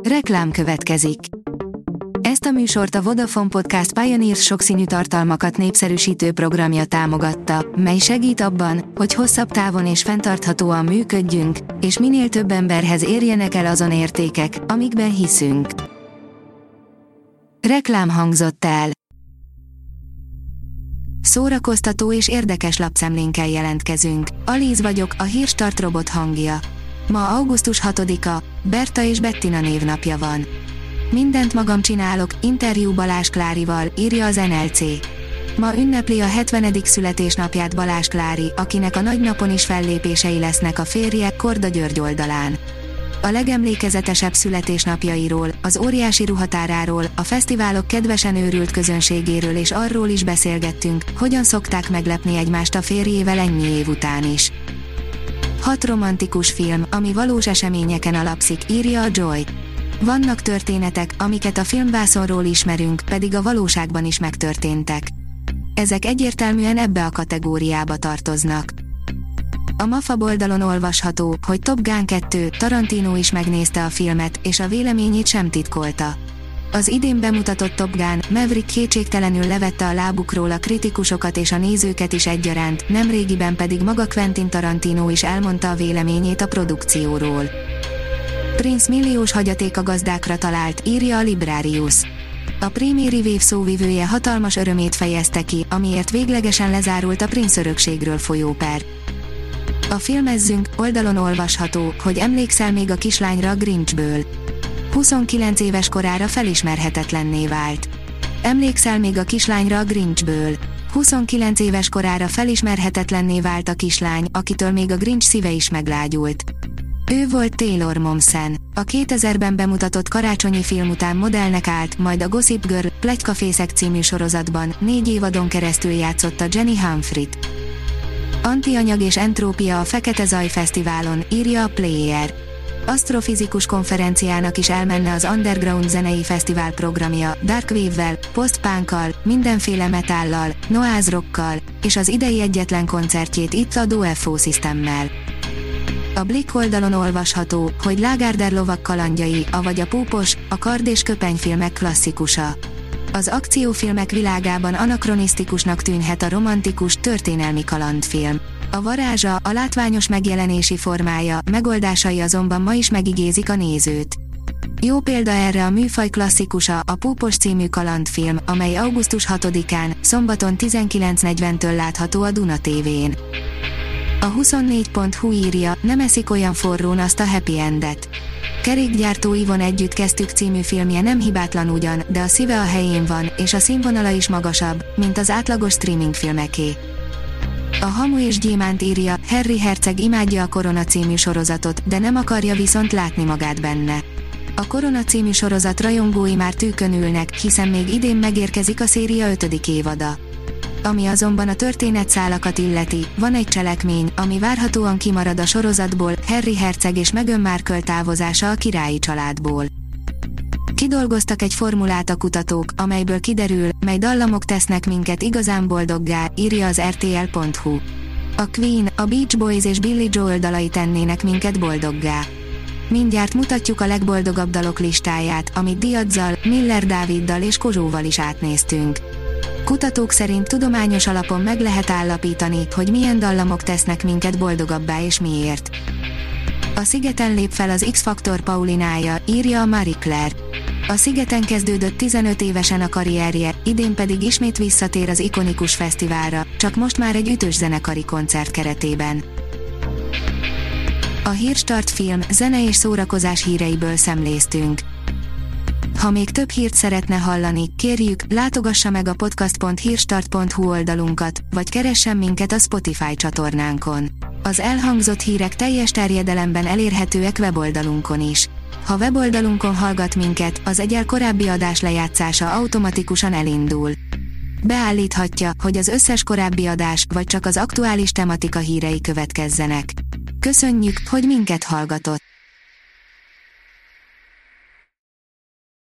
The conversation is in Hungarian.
Reklám következik. Ezt a műsort a Vodafone Podcast Pioneers sokszínű tartalmakat népszerűsítő programja támogatta, mely segít abban, hogy hosszabb távon és fenntarthatóan működjünk, és minél több emberhez érjenek el azon értékek, amikben hiszünk. Reklám hangzott el. Szórakoztató és érdekes lapszemlénkkel jelentkezünk. Alíz vagyok, a Hírstart robot hangja. Ma augusztus 6-a, Berta és Bettina névnapja van. Mindent magam csinálok, interjú Balázs Klárival, írja az NLC. Ma ünnepli a 70. születésnapját Balázs Klári, akinek a nagynapon is fellépései lesznek a férje, Korda György oldalán. A legemlékezetesebb születésnapjairól, az óriási ruhatáráról, a fesztiválok kedvesen őrült közönségéről és arról is beszélgettünk, hogyan szokták meglepni egymást a férjével ennyi év után is. 6 romantikus film, ami valós eseményeken alapszik, írja a Joy. Vannak történetek, amiket a filmvászonról ismerünk, pedig a valóságban is megtörténtek. Ezek egyértelműen ebbe a kategóriába tartoznak. A MAFA oldalon olvasható, hogy Top Gun 2, Tarantino is megnézte a filmet, és a véleményét sem titkolta. Az idén bemutatott Top Gun, Maverick kétségtelenül levette a lábukról a kritikusokat és a nézőket is egyaránt, nemrégiben pedig maga Quentin Tarantino is elmondta a véleményét a produkcióról. Prince milliós hagyatékagazdákra talált, írja a Librarius. A Premier Review szóvivője hatalmas örömét fejezte ki, amiért véglegesen lezárult a Prince örökségről folyó per. A Filmezzünk oldalon olvasható, hogy emlékszel még a kislányra a Grinchből. 29 éves korára felismerhetetlenné vált. Emlékszel még a kislányra a Grinchből. 29 éves korára felismerhetetlenné vált a kislány, akitől még a Grinch szíve is meglágyult. Ő volt Taylor Momsen. A 2000-ben bemutatott karácsonyi film után modellnek állt, majd a Gossip Girl, Pletykafészek című sorozatban 4 évadon keresztül játszotta Jenny Humphreyt. Antianyag és entrópia a Fekete Zaj Fesztiválon, írja a Player. Asztrofizikus konferenciának is elmenne az Underground zenei fesztivál programja, Dark Wave-vel, post-punkkal, mindenféle metállal, noise rockkal, és az idei egyetlen koncertjét itt a UFO Systemmel. A Blick oldalon olvasható, hogy Lagardère lovak kalandjai, avagy a Púpos, a kard- és köpenyfilmek klasszikusa. Az akciófilmek világában anakronisztikusnak tűnhet a romantikus, történelmi kalandfilm. A varázsa, a látványos megjelenési formája, megoldásai azonban ma is megigézik a nézőt. Jó példa erre a műfaj klasszikusa, a Púpos című kalandfilm, amely augusztus 6-án, szombaton 19:40-től látható a Duna TV-n. A 24.hu írja, nem eszik olyan forrón azt a happy endet. Kerékgyártó Ivon Együtt kezdtük című filmje nem hibátlan ugyan, de a szíve a helyén van, és a színvonala is magasabb, mint az átlagos streaming filmeké. A Hamu és Gyémánt írja, Harry herceg imádja a Korona című sorozatot, de nem akarja viszont látni magát benne. A Korona című sorozat rajongói már tűkön ülnek, hiszen még idén megérkezik a széria 5. évada. Ami azonban a történetszálakat illeti, van egy cselekmény, ami várhatóan kimarad a sorozatból, Harry herceg és Meghan Markle távozása a királyi családból. Kidolgoztak egy formulát a kutatók, amelyből kiderül, mely dallamok tesznek minket igazán boldoggá, írja az RTL.hu. A Queen, a Beach Boys és Billy Joel dalai tennének minket boldoggá. Mindjárt mutatjuk a legboldogabb dalok listáját, amit Diazzal, Miller Dáviddal és Kozsóval is átnéztünk. Kutatók szerint tudományos alapon meg lehet állapítani, hogy milyen dallamok tesznek minket boldogabbá és miért. A Szigeten lép fel az X-Factor Paulinája, írja a Marie Claire. A Szigeten kezdődött 15 évesen a karrierje, idén pedig ismét visszatér az ikonikus fesztiválra, csak most már egy ütős zenekari koncert keretében. A Hírstart film, zene és szórakozás híreiből szemléztünk. Ha még több hírt szeretne hallani, kérjük, látogassa meg a podcast.hírstart.hu oldalunkat, vagy keressen minket a Spotify csatornánkon. Az elhangzott hírek teljes terjedelemben elérhetőek weboldalunkon is. Ha weboldalunkon hallgat minket, az egyel korábbi adás lejátszása automatikusan elindul. Beállíthatja, hogy az összes korábbi adás, vagy csak az aktuális tematika hírei következzenek. Köszönjük, hogy minket hallgatott!